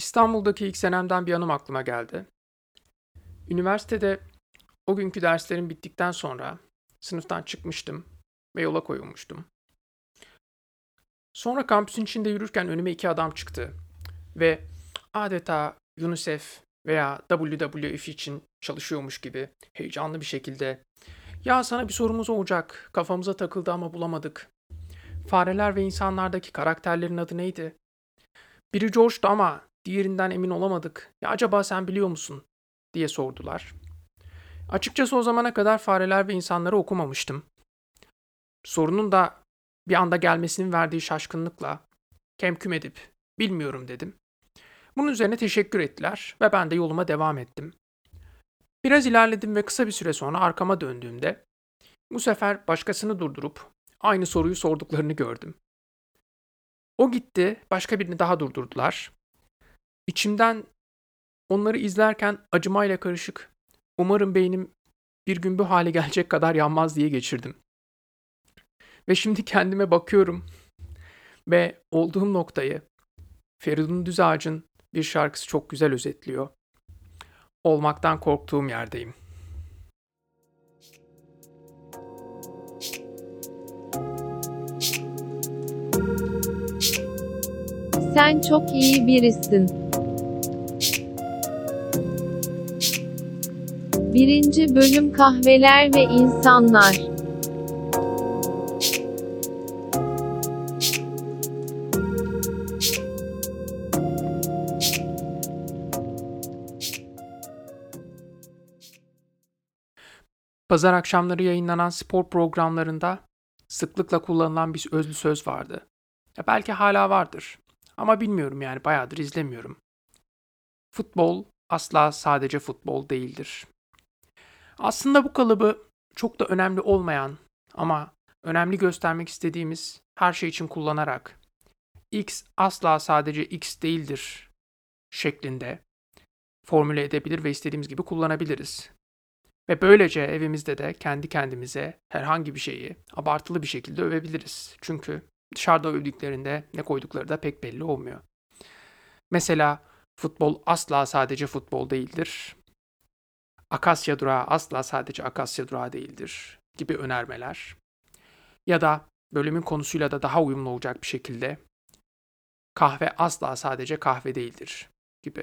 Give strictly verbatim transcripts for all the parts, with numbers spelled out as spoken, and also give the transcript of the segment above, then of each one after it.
İstanbul'daki ilk senemden bir anım aklıma geldi. Üniversitede o günkü derslerim bittikten sonra sınıftan çıkmıştım ve yola koyulmuştum. Sonra kampüsün içinde yürürken önüme iki adam çıktı ve adeta UNICEF veya W W F için çalışıyormuş gibi heyecanlı bir şekilde "Ya sana bir sorumuz olacak, kafamıza takıldı ama bulamadık. Fareler ve insanlardaki karakterlerin adı neydi? Biri George'du ama diğerinden emin olamadık. Ya acaba sen biliyor musun?" diye sordular. Açıkçası o zamana kadar fareler ve insanları okumamıştım. Sorunun da bir anda gelmesinin verdiği şaşkınlıkla kemküm edip bilmiyorum dedim. Bunun üzerine teşekkür ettiler ve ben de yoluma devam ettim. Biraz ilerledim ve kısa bir süre sonra arkama döndüğümde bu sefer başkasını durdurup aynı soruyu sorduklarını gördüm. O gitti, başka birini daha durdurdular. İçimden onları izlerken acımayla karışık, umarım beynim bir gün bu hale gelecek kadar yanmaz diye geçirdim. Ve şimdi kendime bakıyorum ve olduğum noktayı Feridun Düzağaç'ın bir şarkısı çok güzel özetliyor. Olmaktan korktuğum yerdeyim. Sen çok iyi birisin. Birinci bölüm kahveler ve insanlar. Pazar akşamları yayınlanan spor programlarında sıklıkla kullanılan bir özlü söz vardı. Ya belki hala vardır ama bilmiyorum yani bayağıdır izlemiyorum. Futbol asla sadece futbol değildir. Aslında bu kalıbı çok da önemli olmayan ama önemli göstermek istediğimiz her şey için kullanarak X asla sadece X değildir şeklinde formüle edebilir ve istediğimiz gibi kullanabiliriz. Ve böylece evimizde de kendi kendimize herhangi bir şeyi abartılı bir şekilde övebiliriz. Çünkü dışarıda övdüklerinde ne koydukları da pek belli olmuyor. Mesela futbol asla sadece futbol değildir. Akasya durağı asla sadece Akasya durağı değildir gibi önermeler. Ya da bölümün konusuyla da daha uyumlu olacak bir şekilde kahve asla sadece kahve değildir gibi.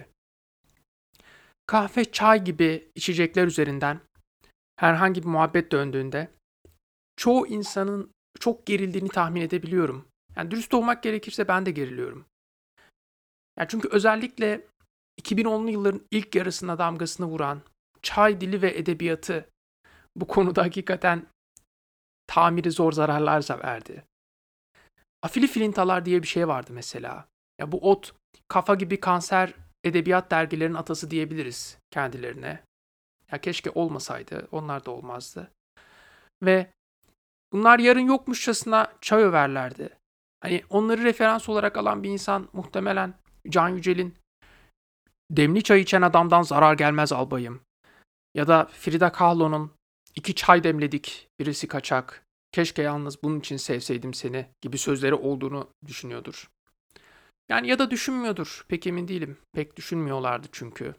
Kahve, çay gibi içecekler üzerinden herhangi bir muhabbet döndüğünde çoğu insanın çok gerildiğini tahmin edebiliyorum. Yani dürüst olmak gerekirse ben de geriliyorum. Yani çünkü özellikle iki bin onlu yılların ilk yarısına damgasını vuran çay dili ve edebiyatı bu konuda hakikaten tamiri zor zararlar verdi. Afili filintalar diye bir şey vardı mesela. Ya bu ot, kafa gibi kanser edebiyat dergilerinin atası diyebiliriz kendilerine. Ya keşke olmasaydı, onlar da olmazdı. Ve bunlar yarın yokmuşçasına çay överlerdi. Hani onları referans olarak alan bir insan muhtemelen Can Yücel'in demli çay içen adamdan zarar gelmez albayım. Ya da Frida Kahlo'nun iki çay demledik, birisi kaçak. Keşke yalnız bunun için sevseydim seni gibi sözleri olduğunu düşünüyordur. Yani ya da düşünmüyordur. Pek emin değilim. Pek düşünmüyorlardı çünkü.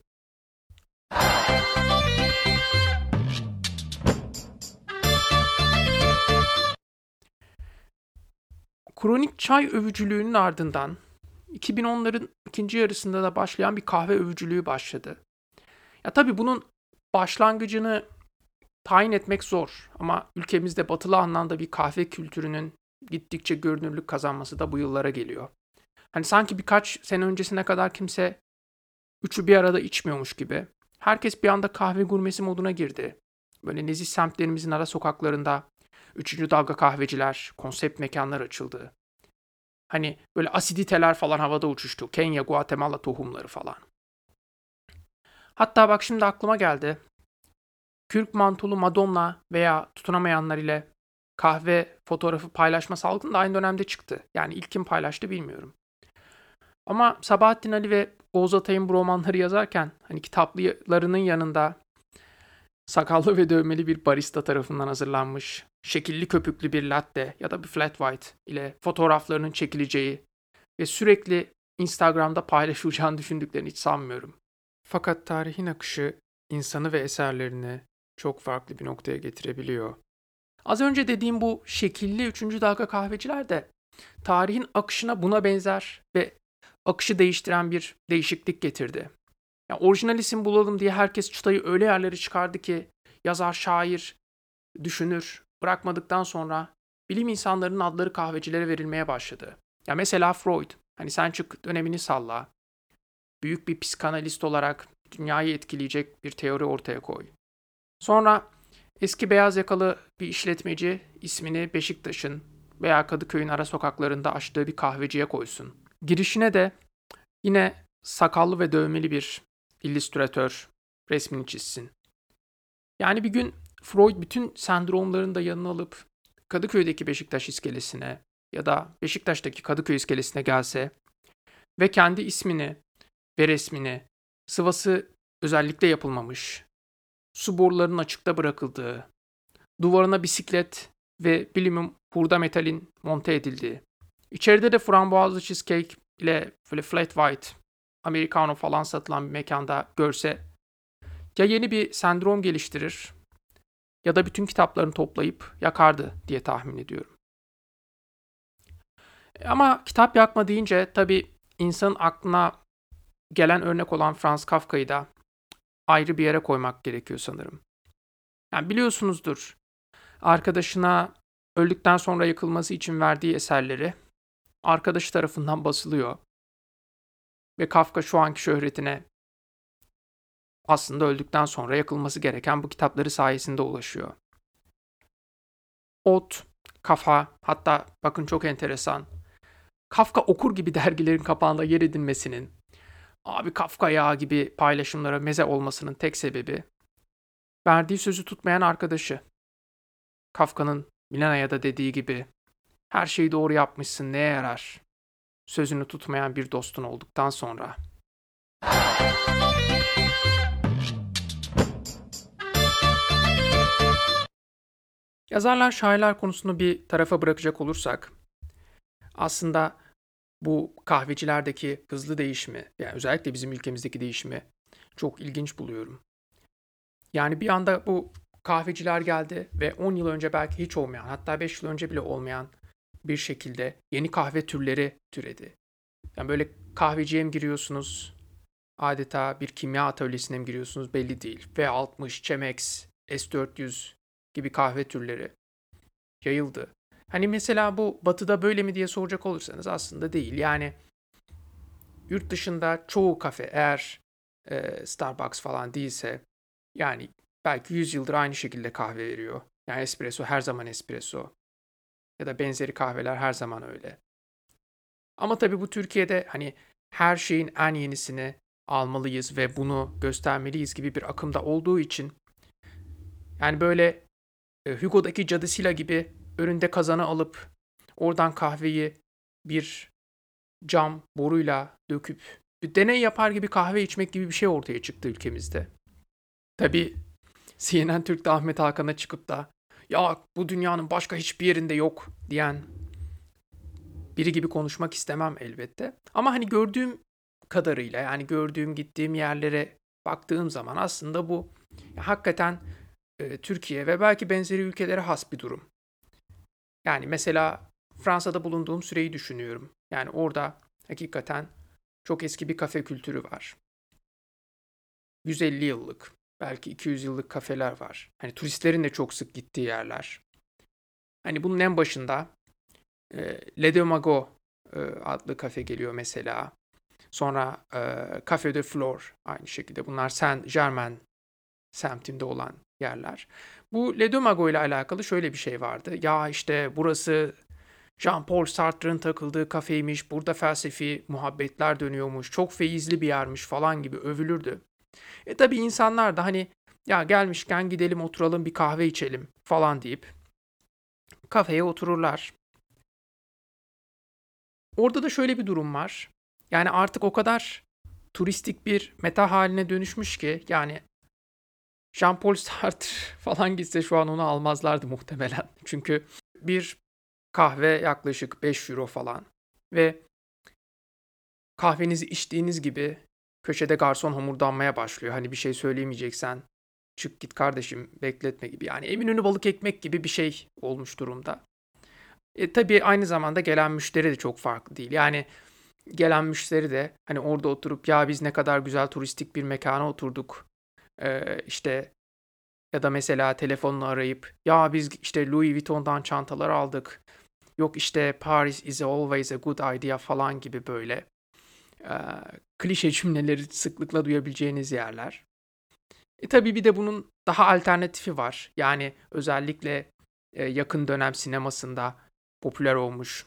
Kronik çay övücülüğünün ardından iki bin onların ikinci yarısında da başlayan bir kahve övücülüğü başladı. Ya tabii bunun başlangıcını tayin etmek zor ama ülkemizde batılı anlamda bir kahve kültürünün gittikçe görünürlük kazanması da bu yıllara geliyor. Hani sanki birkaç sene öncesine kadar kimse üçü bir arada içmiyormuş gibi. Herkes bir anda kahve gurmesi moduna girdi. Böyle nezih semtlerimizin ara sokaklarında üçüncü dalga kahveciler, konsept mekanlar açıldı. Hani böyle asiditeler falan havada uçuştu. Kenya, Guatemala tohumları falan. Hatta bak şimdi aklıma geldi. Kürk mantolu Madonna veya tutunamayanlar ile kahve fotoğrafı paylaşma salgını da aynı dönemde çıktı. Yani ilk kim paylaştı bilmiyorum. Ama Sabahattin Ali ve Oğuz Atay'ın bu romanları yazarken hani kitaplarının yanında sakallı ve dövmeli bir barista tarafından hazırlanmış, şekilli köpüklü bir latte ya da bir flat white ile fotoğraflarının çekileceği ve sürekli Instagram'da paylaşılacağını düşündüklerini hiç sanmıyorum. Fakat tarihin akışı insanı ve eserlerini çok farklı bir noktaya getirebiliyor. Az önce dediğim bu şekilli üçüncü dalga kahveciler de tarihin akışına buna benzer ve akışı değiştiren bir değişiklik getirdi. Ya orijinal isim bulalım diye herkes çıtayı öyle yerlere çıkardı ki yazar, şair, düşünür bırakmadıktan sonra bilim insanlarının adları kahvecilere verilmeye başladı. Ya mesela Freud, hani sen çık dönemini salla, büyük bir psikanalist olarak dünyayı etkileyecek bir teori ortaya koy. Sonra eski beyaz yakalı bir işletmeci ismini Beşiktaş'ın veya Kadıköy'ün ara sokaklarında açtığı bir kahveciye koysun. Girişine de yine sakallı ve dövmeli bir illüstratör resmini çizsin. Yani bir gün Freud bütün sendromlarını da yanına alıp Kadıköy'deki Beşiktaş iskelesine ya da Beşiktaş'taki Kadıköy iskelesine gelse ve kendi ismini ve resmini sıvası özellikle yapılmamış, su borularının açıkta bırakıldığı, duvarına bisiklet ve bilimum hurda metalin monte edildiği, içeride de frambuazlı cheesecake ile böyle flat white, americano falan satılan bir mekanda görse ya yeni bir sendrom geliştirir ya da bütün kitaplarını toplayıp yakardı diye tahmin ediyorum. Ama kitap yakma deyince tabii insanın aklına gelen örnek olan Franz Kafka'yı da ayrı bir yere koymak gerekiyor sanırım. Yani biliyorsunuzdur, arkadaşına öldükten sonra yakılması için verdiği eserleri arkadaşı tarafından basılıyor ve Kafka şu anki şöhretine aslında öldükten sonra yakılması gereken bu kitapları sayesinde ulaşıyor. Ot, Kafa, hatta bakın çok enteresan, Kafka okur gibi dergilerin kapağında yer edinmesinin, abi Kafka ya gibi paylaşımlara meze olmasının tek sebebi verdiği sözü tutmayan arkadaşı. Kafka'nın Milena'ya da dediği gibi her şeyi doğru yapmışsın neye yarar? Sözünü tutmayan bir dostun olduktan sonra. Yazarlar, şairler konusunu bir tarafa bırakacak olursak, aslında bu kahvecilerdeki hızlı değişimi, yani özellikle bizim ülkemizdeki değişimi çok ilginç buluyorum. Yani bir anda bu kahveciler geldi ve on yıl önce belki hiç olmayan, hatta beş yıl önce bile olmayan bir şekilde yeni kahve türleri türedi. Yani böyle kahveciye mi giriyorsunuz, adeta bir kimya atölyesine mi giriyorsunuz belli değil. V altmış, Chemex, S dört yüz gibi kahve türleri yayıldı. Hani mesela bu batıda böyle mi diye soracak olursanız aslında değil. Yani yurt dışında çoğu kafe eğer e, Starbucks falan değilse yani belki yüz yıldır aynı şekilde kahve veriyor. Yani espresso her zaman espresso ya da benzeri kahveler her zaman öyle. Ama tabii bu Türkiye'de hani her şeyin en yenisini almalıyız ve bunu göstermeliyiz gibi bir akımda olduğu için yani böyle e, Hugo'daki Cadısıyla gibi önünde kazanı alıp oradan kahveyi bir cam boruyla döküp bir deney yapar gibi kahve içmek gibi bir şey ortaya çıktı ülkemizde. Tabii C N N Türk'te Ahmet Hakan'a çıkıp da ya bu dünyanın başka hiçbir yerinde yok diyen biri gibi konuşmak istemem elbette. Ama hani gördüğüm kadarıyla yani gördüğüm gittiğim yerlere baktığım zaman aslında bu ya hakikaten e, Türkiye ve belki benzeri ülkelere has bir durum. Yani mesela Fransa'da bulunduğum süreyi düşünüyorum. Yani orada hakikaten çok eski bir kafe kültürü var. yüz elli yıllık, belki iki yüz yıllık kafeler var. Hani turistlerin de çok sık gittiği yerler. Hani bunun en başında e, Le Domago e, adlı kafe geliyor mesela. Sonra e, Café de Flore aynı şekilde. Bunlar Saint-Germain semtinde olan yerler. Bu Le Domago ile alakalı şöyle bir şey vardı. Ya işte burası Jean-Paul Sartre'ın takıldığı kafeymiş, burada felsefi muhabbetler dönüyormuş, çok feyizli bir yermiş falan gibi övülürdü. E tabii insanlar da hani ya gelmişken gidelim oturalım bir kahve içelim falan deyip kafeye otururlar. Orada da şöyle bir durum var. Yani artık o kadar turistik bir meta haline dönüşmüş ki yani Jean-Paul Sartre falan gitse şu an onu almazlardı muhtemelen. Çünkü bir kahve yaklaşık beş euro falan ve kahvenizi içtiğiniz gibi köşede garson homurdanmaya başlıyor. Hani bir şey söyleyemeyeceksen çık git kardeşim bekletme gibi. Yani Eminönü balık ekmek gibi bir şey olmuş durumda. E, tabii aynı zamanda gelen müşteri de çok farklı değil. Yani gelen müşteri de hani orada oturup ya biz ne kadar güzel turistik bir mekana oturduk. Ee, işte ya da mesela telefonla arayıp ya biz işte Louis Vuitton'dan çantalar aldık. Yok işte Paris is always a good idea falan gibi böyle e, klişe cümleleri sıklıkla duyabileceğiniz yerler. E tabii bir de bunun daha alternatifi var. Yani özellikle e, yakın dönem sinemasında popüler olmuş.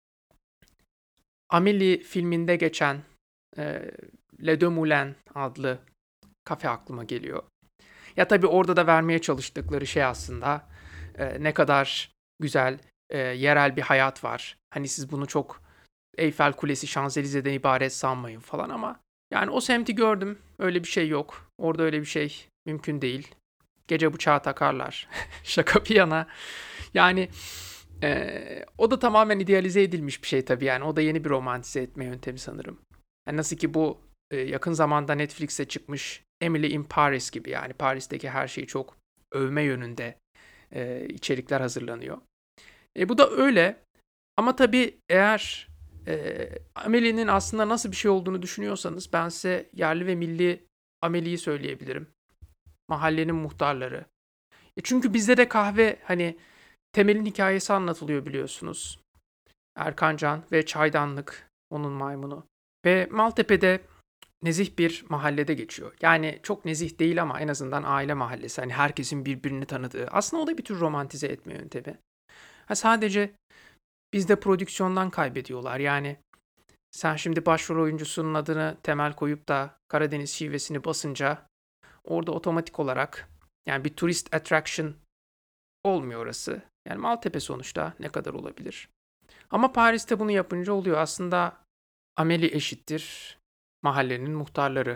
Amélie filminde geçen e, Le Deux Moulins adlı kafe aklıma geliyor. Ya tabii orada da vermeye çalıştıkları şey aslında e, ne kadar güzel e, yerel bir hayat var. Hani siz bunu çok Eyfel Kulesi, Şanzelize'den ibaret sanmayın falan ama yani o semti gördüm. Öyle bir şey yok. Orada öyle bir şey mümkün değil. Gece bıçağı takarlar. Şaka bir yana. Yani e, o da tamamen idealize edilmiş bir şey tabii yani. O da yeni bir romantize etme yöntemi sanırım. Yani nasıl ki bu e, yakın zamanda Netflix'e çıkmış Emily in Paris gibi yani Paris'teki her şeyi çok övme yönünde e, içerikler hazırlanıyor. E, bu da öyle ama tabii eğer e, Amelie'nin aslında nasıl bir şey olduğunu düşünüyorsanız ben size yerli ve milli Amelie'yi söyleyebilirim. Mahallenin muhtarları. E çünkü bizde de kahve hani temelin hikayesi anlatılıyor biliyorsunuz. Erkan Can ve Çaydanlık onun maymunu. Ve Maltepe'de nezih bir mahallede geçiyor. Yani çok nezih değil ama en azından aile mahallesi. Hani herkesin birbirini tanıdığı. Aslında o da bir tür romantize etme yöntemi. Ha sadece bizde prodüksiyondan kaybediyorlar. Yani sen şimdi başrol oyuncusunun adını Temel koyup da Karadeniz şivesini basınca orada otomatik olarak yani bir turist attraction olmuyor orası. Yani Maltepe sonuçta ne kadar olabilir? Ama Paris'te bunu yapınca oluyor. Aslında Amélie eşittir mahallenin muhtarları.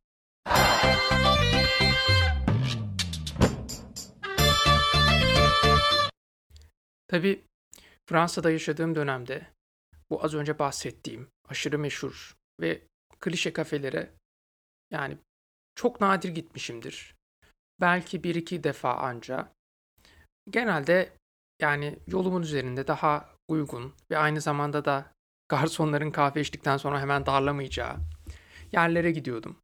Tabii Fransa'da yaşadığım dönemde bu az önce bahsettiğim aşırı meşhur ve klişe kafelere yani çok nadir gitmişimdir. Belki bir iki defa anca. Genelde yani yolumun üzerinde daha uygun ve aynı zamanda da garsonların kahve içtikten sonra hemen darlamayacağı yerlere gidiyordum.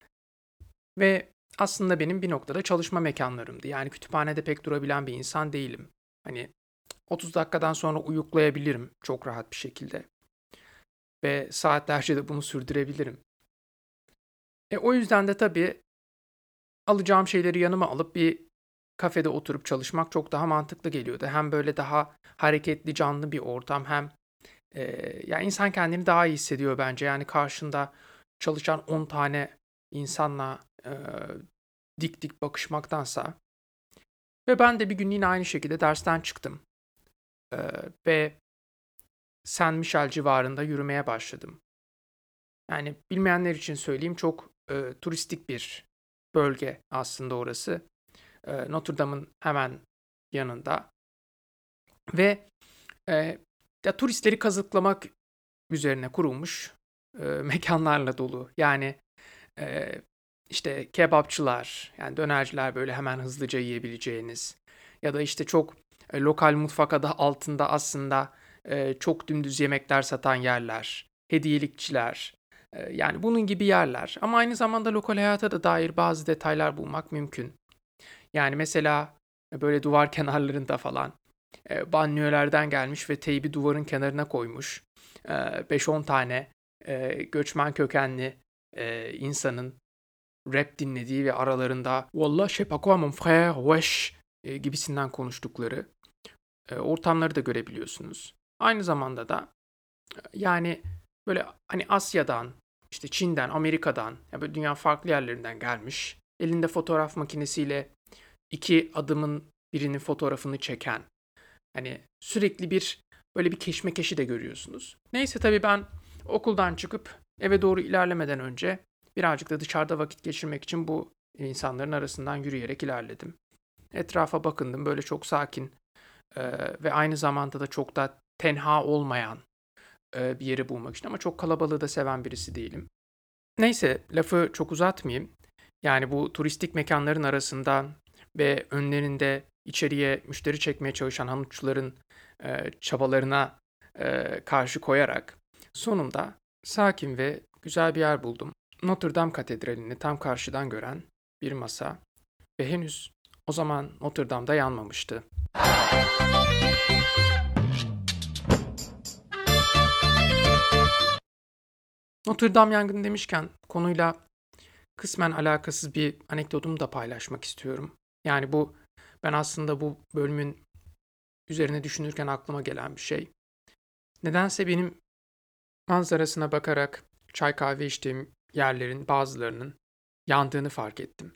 Ve aslında benim bir noktada çalışma mekanlarımdı. Yani kütüphanede pek durabilen bir insan değilim. Hani otuz dakikadan sonra uyuklayabilirim çok rahat bir şekilde ve saatlerce de bunu sürdürebilirim. E o yüzden de tabii alacağım şeyleri yanıma alıp bir kafede oturup çalışmak çok daha mantıklı geliyordu. Hem böyle daha hareketli, canlı bir ortam hem eee ya insan kendini daha iyi hissediyor bence. Yani karşında çalışan on tane insanla eee, dik dik bakışmaktansa. Ve ben de bir gün yine aynı şekilde dersten çıktım. Eee, ve Saint Michel civarında yürümeye başladım. Yani bilmeyenler için söyleyeyim çok eee, turistik bir bölge aslında orası. Eee, Notre Dame'ın hemen yanında. Ve eee, ya turistleri kazıklamak üzerine kurulmuş eee, mekanlarla dolu. Yani eee, işte kebapçılar, yani dönerciler böyle hemen hızlıca yiyebileceğiniz ya da işte çok e, lokal mutfak adı altında aslında e, çok dümdüz yemekler satan yerler, hediyelikçiler, e, yani bunun gibi yerler. Ama aynı zamanda lokal hayata da dair bazı detaylar bulmak mümkün. Yani mesela e, böyle duvar kenarlarında falan e, banliyölerden gelmiş ve teybi duvarın kenarına koymuş. E, beş on tane e, göçmen kökenli e, insanın rap dinlediği ve aralarında "Wallah je sais pas quoi mon frère, wesh" e, gibisinden konuştukları e, ortamları da görebiliyorsunuz. Aynı zamanda da e, yani böyle hani Asya'dan, işte Çin'den, Amerika'dan, ya böyle dünya farklı yerlerinden gelmiş, elinde fotoğraf makinesiyle iki adımın birinin fotoğrafını çeken, hani sürekli bir böyle bir keşmekeşi de görüyorsunuz. Neyse tabii ben okuldan çıkıp eve doğru ilerlemeden önce birazcık da dışarıda vakit geçirmek için bu insanların arasından yürüyerek ilerledim. Etrafa bakındım böyle çok sakin e, ve aynı zamanda da çok da tenha olmayan e, bir yeri bulmak için ama çok kalabalığı da seven birisi değilim. Neyse, lafı çok uzatmayayım. Yani bu turistik mekanların arasından ve önlerinde içeriye müşteri çekmeye çalışan hanutçuların e, çabalarına e, karşı koyarak sonunda sakin ve güzel bir yer buldum. Notre Dame Katedrali'ni tam karşıdan gören bir masa ve henüz o zaman Notre Dame'da yanmamıştı. Notre Dame yangını demişken konuyla kısmen alakasız bir anekdotumu da paylaşmak istiyorum. Yani bu ben aslında bu bölümün üzerine düşünürken aklıma gelen bir şey. Nedense benim manzarasına bakarak çay kahve içtiğim yerlerin bazılarının yandığını fark ettim.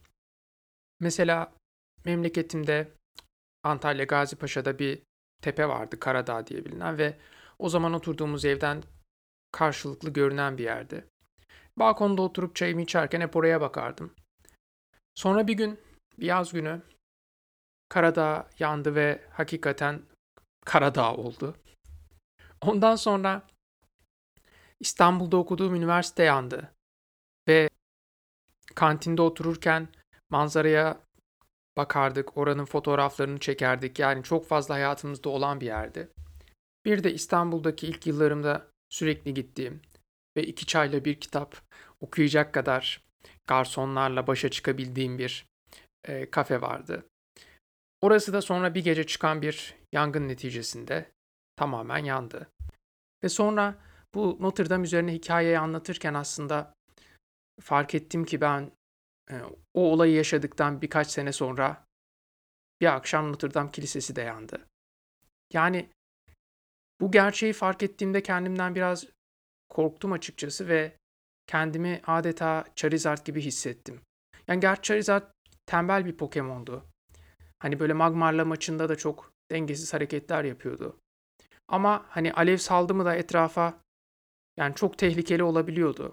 Mesela memleketimde Antalya Gazipaşa'da bir tepe vardı, Karadağ diye bilinen ve o zaman oturduğumuz evden karşılıklı görünen bir yerdi. Balkonda oturup çayımı içerken hep oraya bakardım. Sonra bir gün, bir yaz günü Karadağ yandı ve hakikaten Karadağ oldu. Ondan sonra İstanbul'da okuduğum üniversite yandı ve kantinde otururken manzaraya bakardık, oranın fotoğraflarını çekerdik. Yani çok fazla hayatımızda olan bir yerdi. Bir de İstanbul'daki ilk yıllarımda sürekli gittiğim ve iki çayla bir kitap okuyacak kadar garsonlarla başa çıkabildiğim bir e, kafe vardı. Orası da sonra bir gece çıkan bir yangın neticesinde tamamen yandı. Ve sonra bu Notre Dame üzerine hikayeyi anlatırken aslında fark ettim ki ben e, o olayı yaşadıktan birkaç sene sonra bir akşam Notre Dame Kilisesi de yandı. Yani bu gerçeği fark ettiğimde kendimden biraz korktum açıkçası ve kendimi adeta Charizard gibi hissettim. Yani gerçi Charizard tembel bir Pokemon'du. Hani böyle Magmar'la maçında da çok dengesiz hareketler yapıyordu. Ama hani alev saldı mı da etrafa yani çok tehlikeli olabiliyordu.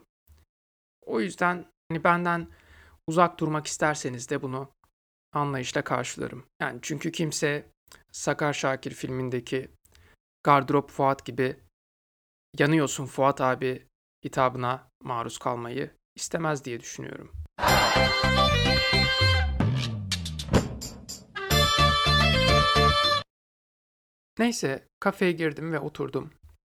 O yüzden hani benden uzak durmak isterseniz de bunu anlayışla karşılarım. Yani çünkü kimse Sakar Şakir filmindeki Gardırop Fuat gibi yanıyorsun Fuat abi hitabına maruz kalmayı istemez diye düşünüyorum. Neyse kafeye girdim ve oturdum.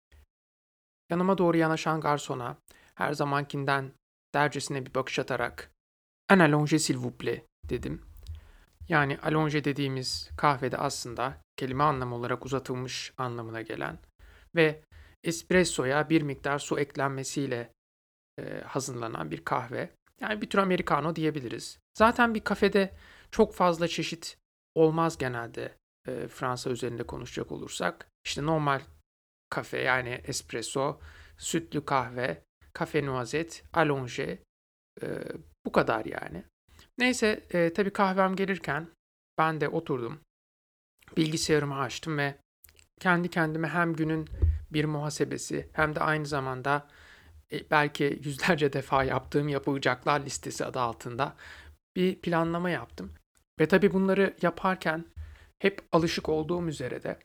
Yanıma doğru yanaşan garsona her zamankinden dercesine bir bakış atarak "Un allongé s'il vous plaît" dedim. Yani allongé dediğimiz kahvede aslında kelime anlamı olarak uzatılmış anlamına gelen ve espressoya bir miktar su eklenmesiyle e, hazırlanan bir kahve. Yani bir tür americano diyebiliriz. Zaten bir kafede çok fazla çeşit olmaz genelde e, Fransa üzerinde konuşacak olursak. İşte normal kafe yani espresso, sütlü kahve, kafe noisette, allongé e, bu kadar yani. Neyse e, tabii kahvem gelirken ben de oturdum. Bilgisayarımı açtım ve kendi kendime hem günün bir muhasebesi hem de aynı zamanda e, belki yüzlerce defa yaptığım yapılacaklar listesi adı altında bir planlama yaptım. Ve tabii bunları yaparken hep alışık olduğum üzere de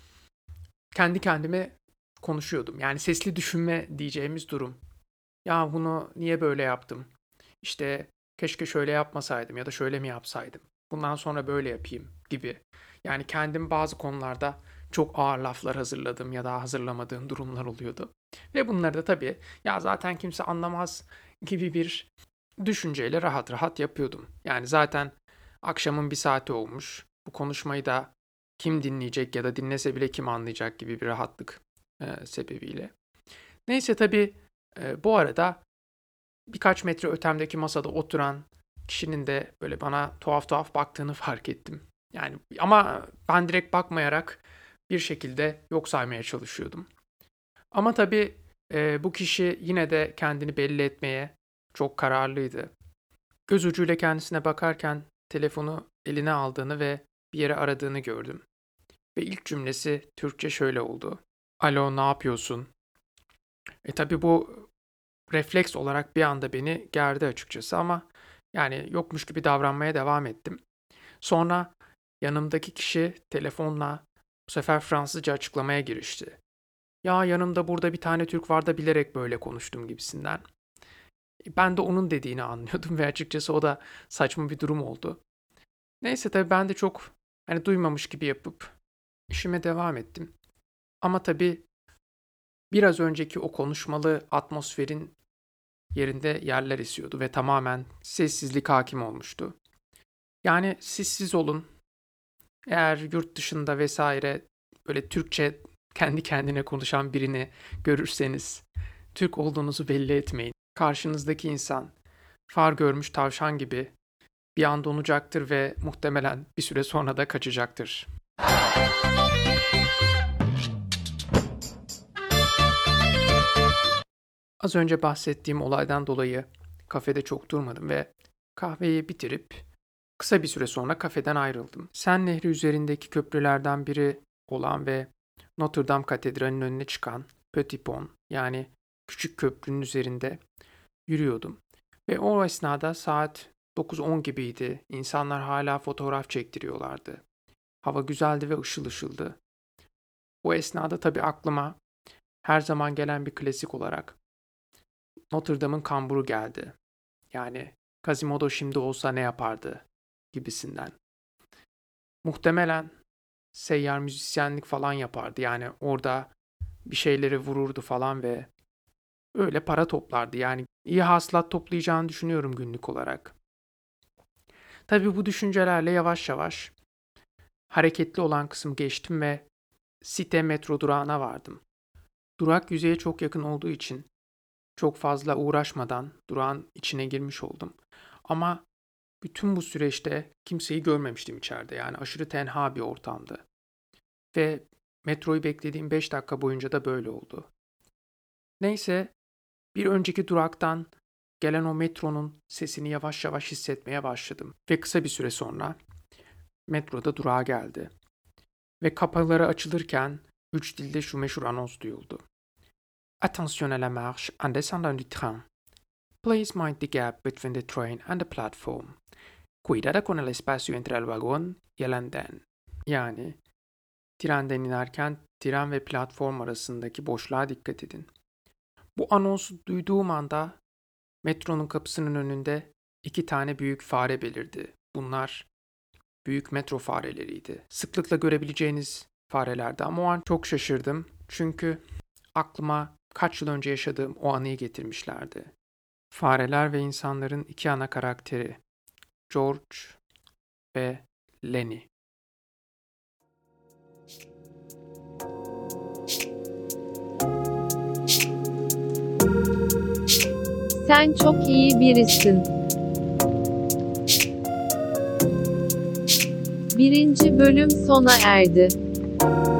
kendi kendime konuşuyordum. Yani sesli düşünme diyeceğimiz durum. Ya bunu niye böyle yaptım? İşte keşke şöyle yapmasaydım ya da şöyle mi yapsaydım? Bundan sonra böyle yapayım gibi. Yani kendim bazı konularda çok ağır laflar hazırladığım ya da hazırlamadığım durumlar oluyordu. Ve bunları da tabii ya zaten kimse anlamaz gibi bir düşünceyle rahat rahat yapıyordum. Yani zaten akşamın bir saati olmuş. Bu konuşmayı da kim dinleyecek ya da dinlese bile kim anlayacak gibi bir rahatlık e, sebebiyle. Neyse tabii e, bu arada birkaç metre ötemdeki masada oturan kişinin de böyle bana tuhaf tuhaf baktığını fark ettim. Yani ama ben direkt bakmayarak bir şekilde yok saymaya çalışıyordum. Ama tabii e, bu kişi yine de kendini belli etmeye çok kararlıydı. Göz ucuyla kendisine bakarken telefonu eline aldığını ve bir yere aradığını gördüm. Ve ilk cümlesi Türkçe şöyle oldu. Alo, ne yapıyorsun? E tabii bu refleks olarak bir anda beni gerdi açıkçası ama yani yokmuş gibi davranmaya devam ettim. Sonra yanımdaki kişi telefonla bu sefer Fransızca açıklamaya girişti. Ya yanımda burada bir tane Türk var da bilerek böyle konuştum gibisinden. Ben de onun dediğini anlıyordum ve açıkçası o da saçma bir durum oldu. Neyse tabii ben de çok hani duymamış gibi yapıp işime devam ettim. Ama tabii biraz önceki o konuşmalı atmosferin yerinde yerler esiyordu ve tamamen sessizlik hakim olmuştu. Yani siz siz olun. Eğer yurt dışında vesaire böyle Türkçe kendi kendine konuşan birini görürseniz Türk olduğunuzu belli etmeyin. Karşınızdaki insan far görmüş tavşan gibi bir an donacaktır ve muhtemelen bir süre sonra da kaçacaktır. Az önce bahsettiğim olaydan dolayı kafede çok durmadım ve kahveyi bitirip kısa bir süre sonra kafeden ayrıldım. Sen Nehri üzerindeki köprülerden biri olan ve Notre Dame Katedrali'nin önüne çıkan Petit Pont, yani küçük köprünün üzerinde yürüyordum. Ve o esnada saat dokuz on gibiydi. İnsanlar hala fotoğraf çektiriyorlardı. Hava güzeldi ve ışıl ışıldı. O esnada tabii aklıma her zaman gelen bir klasik olarak Notre Dame'ın kamburu geldi. Yani Quasimodo şimdi olsa ne yapardı gibisinden. Muhtemelen seyyar müzisyenlik falan yapardı. Yani orada bir şeyleri vururdu falan ve öyle para toplardı. Yani iyi hasılat toplayacağını düşünüyorum günlük olarak. Tabii bu düşüncelerle yavaş yavaş hareketli olan kısım geçtim ve site metro durağına vardım. Durak yüzeye çok yakın olduğu için çok fazla uğraşmadan durağın içine girmiş oldum. Ama bütün bu süreçte kimseyi görmemiştim içeride. Yani aşırı tenha bir ortamdı. Ve metroyu beklediğim beş dakika boyunca da böyle oldu. Neyse, bir önceki duraktan gelen o metronun sesini yavaş yavaş hissetmeye başladım. Ve kısa bir süre sonra metroda durağa geldi. Ve kapıları açılırken üç dilde şu meşhur anons duyuldu. Attention à la marche en descendant du train. Please mind the gap between the train and the platform. Cuidado con el espacio entre el vagón y el andén. Yani trenden inerken tren ve platform arasındaki boşluğa dikkat edin. Bu anonsu duyduğum anda metronun kapısının önünde iki tane büyük fare belirdi. Bunlar büyük metro fareleriydi. Sıklıkla görebileceğiniz farelerdi ama o an çok şaşırdım. Çünkü aklıma kaç yıl önce yaşadığım o anıyı getirmişlerdi. Fareler ve insanların iki ana karakteri, George ve Lenny. Sen çok iyi birisin. Birinci bölüm sona erdi.